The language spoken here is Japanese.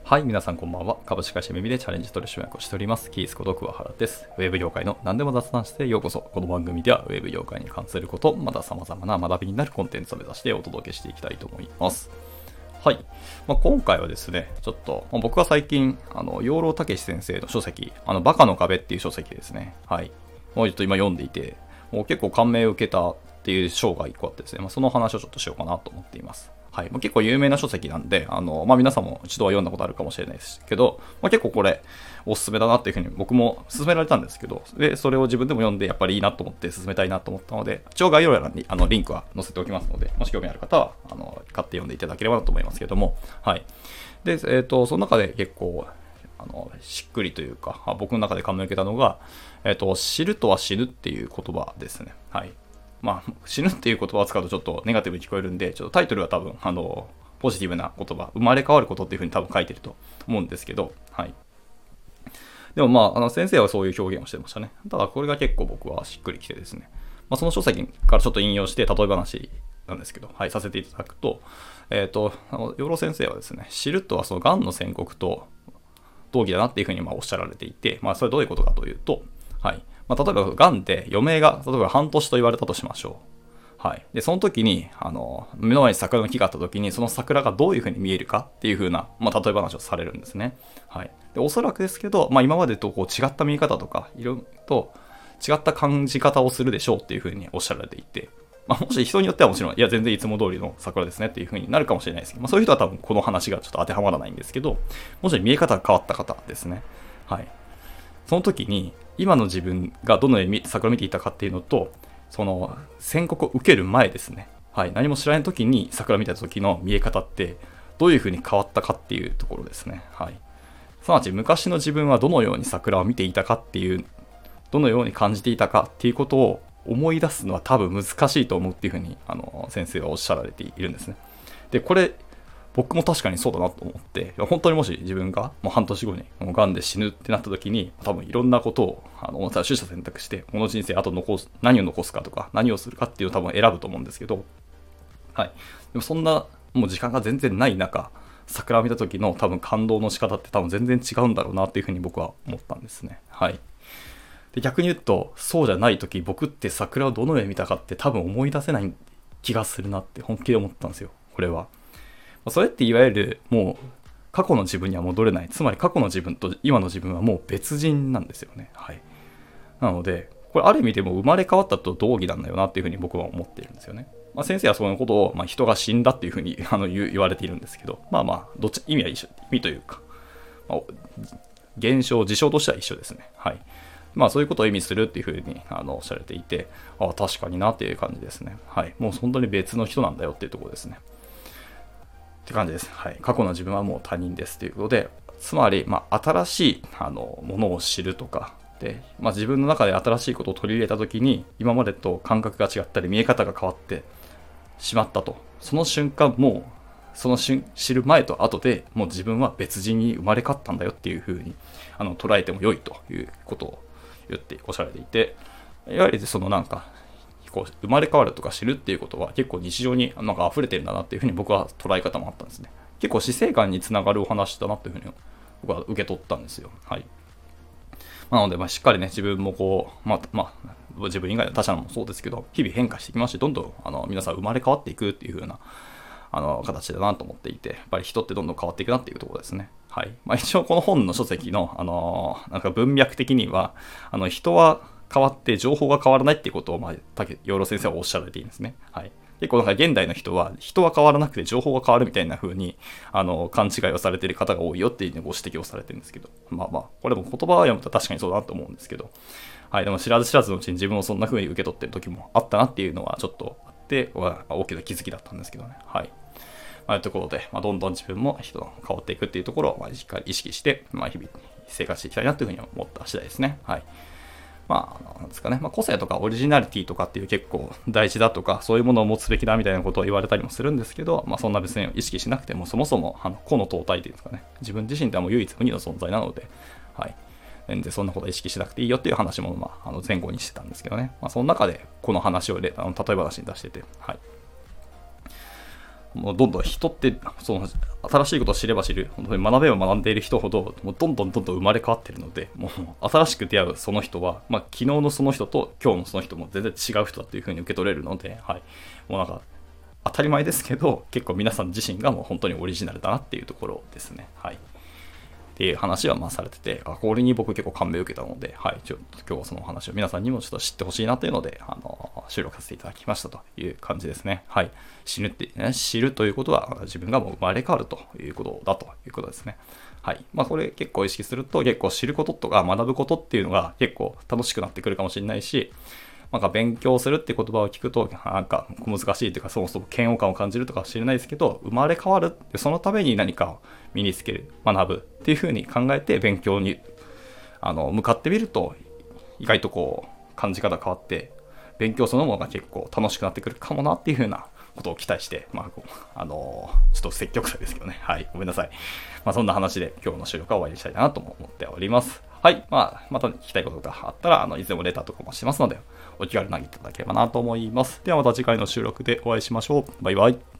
はい、皆さんこんばんは。株式会社耳でチャレンジ取締役をしております。キースこと桑原です。ウェブ業界の何でも雑談してようこそ。この番組ではウェブ業界に関すること、また様々な学びになるコンテンツを目指してお届けしていきたいと思います。はい。今回はですね、ちょっと、僕は最近、養老孟司先生の書籍、バカの壁っていう書籍ですね。はい。もうちょっと今読んでいて、もう結構感銘を受けたっていう章が一個あってですね、その話をちょっとしようかなと思っています。はい。結構有名な書籍なんで、皆さんも一度は読んだことあるかもしれないですけど、結構これおすすめだなっていうふうに僕も勧められたんですけど、で、それを自分でも読んでやっぱりいいなと思って勧めたいなと思ったので、一応概要欄にリンクは載せておきますので、もし興味ある方は、買って読んでいただければなと思いますけども、はい。で、その中で結構、しっくりというか、僕の中で感銘を受けたのが、知るとは死ぬっていう言葉ですね。はい。死ぬっていう言葉を使うとちょっとネガティブに聞こえるんで、ちょっとタイトルは多分、ポジティブな言葉、生まれ変わることっていうふうに多分書いてると思うんですけど、はい。でも先生はそういう表現をしてましたね。ただこれが結構僕はしっくりきてですね、その書籍からちょっと引用して例え話なんですけど、はい、させていただくと、養老先生はですね、知るとはその癌の宣告と同義だなっていうふうにおっしゃられていて、それどういうことかというと、はい。例えば、癌で余命が、例えば半年と言われたとしましょう。はい。で、その時に、目の前に桜の木があった時に、その桜がどういうふうに見えるかっていうふうな、例え話をされるんですね。はい。で、おそらくですけど、今までとこう違った見え方とか、いろいろと違った感じ方をするでしょうっていうふうにおっしゃられていて、もし人によってはもちろん、いや、全然いつも通りの桜ですねっていう風になるかもしれないですけど、そういう人は多分この話がちょっと当てはまらないんですけど、もし見え方が変わった方ですね。はい。その時に、今の自分がどのように桜を見ていたかっていうのと、その宣告を受ける前ですね。はい。何も知らない時に桜を見た時の見え方って、どういう風に変わったかっていうところですね。はい。すなわち昔の自分はどのように桜を見ていたかっていう、どのように感じていたかっていうことを思い出すのは多分難しいと思うっていうふうに先生はおっしゃられているんですね。で、これ僕も確かにそうだなと思って、本当にもし自分がもう半年後に癌で死ぬってなった時に、多分いろんなことを取捨選択して、この人生あと何を残すかとか何をするかっていうのを多分選ぶと思うんですけど、はい。でもそんなもう時間が全然ない中、桜を見た時の多分感動の仕方って多分全然違うんだろうなっていうふうに僕は思ったんですね。はい。で、逆に言うと、そうじゃない時、僕って桜をどのように見たかって多分思い出せない気がするなって本気で思ったんですよ、これは。それっていわゆるもう過去の自分には戻れない。つまり過去の自分と今の自分はもう別人なんですよね。はい。なので、これある意味でも生まれ変わったと同義なんだよなっていうふうに僕は思っているんですよね。先生はそのことを、人が死んだっていうふうに言われているんですけど、どっち、意味は一緒、意味というか、現象、事象としては一緒ですね。はい。そういうことを意味するっていうふうにおっしゃられていて、確かになっていう感じですね。はい。もう本当に別の人なんだよっていうところですね。って感じです。はい。過去の自分はもう他人ですということで、つまり、新しいものを知るとか、で、自分の中で新しいことを取り入れたときに、今までと感覚が違ったり、見え方が変わってしまったと。その瞬間、もう、知る前と後でもう自分は別人に生まれ変わったんだよっていうふうに捉えても良いということを言っておっしゃられていて、いわゆるそのこう生まれ変わるとか知るっていうことは結構日常に溢れてるんだなっていうふうに僕は捉え方もあったんですね。結構死生観につながるお話だなっていうふうに僕は受け取ったんですよ。はい。なのでしっかりね自分もこう自分以外の他者もそうですけど日々変化していきますし、どんどん皆さん生まれ変わっていくっていう風な形だなと思っていて、やっぱり人ってどんどん変わっていくなっていうところですね。はい。一応この本の書籍の文脈的には人は変わって情報が変わらないっていうことを養老先生はおっしゃられているんですね。はい。結構現代の人は変わらなくて情報が変わるみたいな風に勘違いをされている方が多いよっていうご指摘をされてるんですけど、これも言葉を読むと確かにそうだなと思うんですけど、はい。でも知らず知らずのうちに自分をそんな風に受け取ってる時もあったなっていうのはちょっとあって、大きな気づきだったんですけどね。はい。というところで、どんどん自分も人が変わっていくっていうところをしっかり意識して、日々生活していきたいなというふうに思った次第ですね。はい。なんですかね。個性とかオリジナリティとかっていう結構大事だとか、そういうものを持つべきだみたいなことを言われたりもするんですけど、そんな別に意識しなくても、そもそも個の統体っていうんですかね。自分自身ではもう唯一無二の存在なので、はい。全然そんなことは意識しなくていいよっていう話も、前後にしてたんですけどね。その中でこの話を例え話に出してて、はい。 もうどんどん人って、その新しいことを知れば知る、本当に学べば学んでいる人ほど、もうどんどん生まれ変わっているので、もう新しく出会うその人は、昨日のその人と今日のその人も全然違う人だというふうに受け取れるので、はい。もうなんか、当たり前ですけど、結構皆さん自身がもう本当にオリジナルだなっていうところですね。はい。っていう話はされてて、これに僕結構感銘を受けたので、はい、ちょっと今日はその話を皆さんにもちょっと知ってほしいなというので、収録させていただきましたという感じですね。はい。死ぬって、ね、知るということは自分がもう生まれ変わるということだということですね。はい。これ結構意識すると、結構知ることとか学ぶことっていうのが結構楽しくなってくるかもしれないし、勉強するって言葉を聞くと、なんか難しいというか、そもそも嫌悪感を感じるとかは知れないですけど、生まれ変わるって、そのために何かを身につける、学ぶっていうふうに考えて勉強に向かってみると、意外とこう感じ方変わって、勉強そのものが結構楽しくなってくるかもなっていうふうなことを期待して、ちょっと積極臭いですけどね。はい、ごめんなさい。そんな話で今日の収録は終わりにしたいなと思っております。はい、また聞きたいことがあったら、いつでもレターとかもしてますので、お気軽に投げていただければなと思います。ではまた次回の収録でお会いしましょう。バイバイ。